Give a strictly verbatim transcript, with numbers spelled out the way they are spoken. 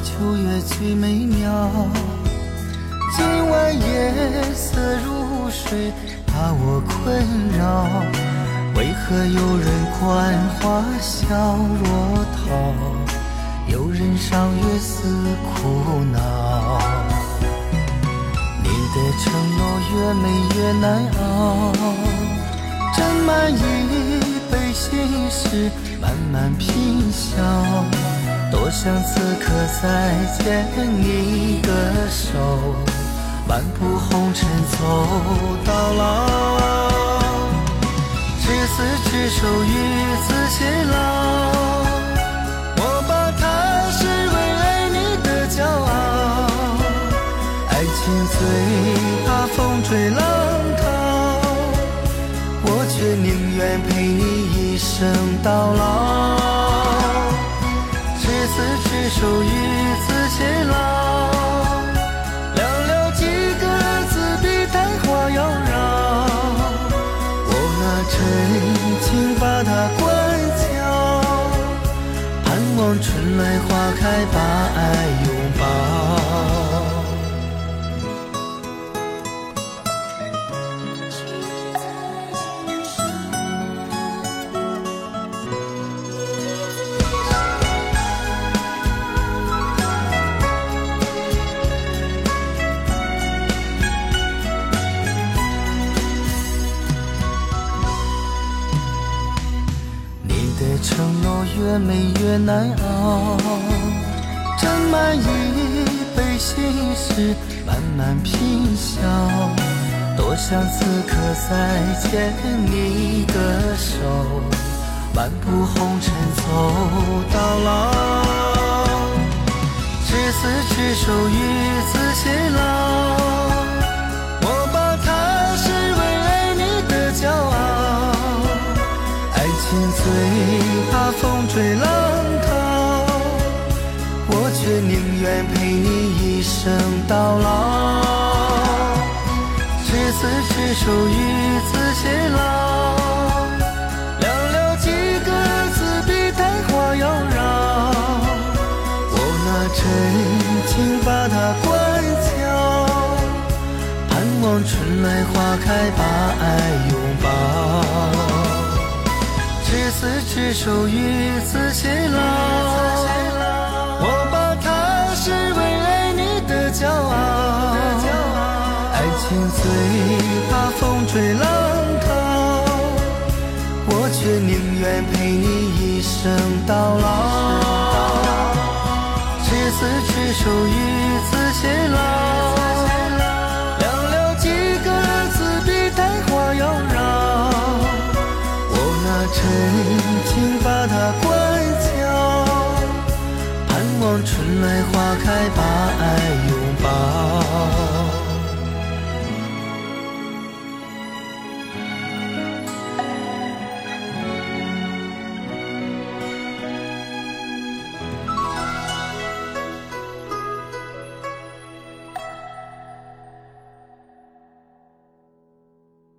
秋月最美妙。今晚夜色如水，把我困扰。为何有人观花笑若桃，有人赏月思苦恼？你的承诺越美越难熬，斟满一杯心事，慢慢品笑。多想此刻再牵你的手，漫步红尘走到老。执子之手，与子偕老。我把它视为爱你的骄傲。爱情最怕风吹浪涛，我却宁愿陪你一生到老。执子之手，与子偕老。寥寥几个字，比昙花妖娆。真情把它关窍，盼望春来花开，把爱拥抱。承诺越美越难熬，斟满一杯心事，慢慢品笑。多想此刻再牵你的手，漫步红尘走到老。执子之手，与子偕老。我把它视为爱你的骄傲。爱情最怕风吹浪涛，我却宁愿陪你一生到老。执子之手，与子偕老。寥寥几个字，比昙花妖娆。我拿真情把它关窍，盼望春来花开，把爱拥抱。执子之手，与子偕老。我把它视为爱你的骄傲。爱情最怕风吹浪涛，我却宁愿陪你一生到老。执子之手，与子偕老。寥寥几个字，比昙花妖娆。真情把它关窍，盼望春来花开，把爱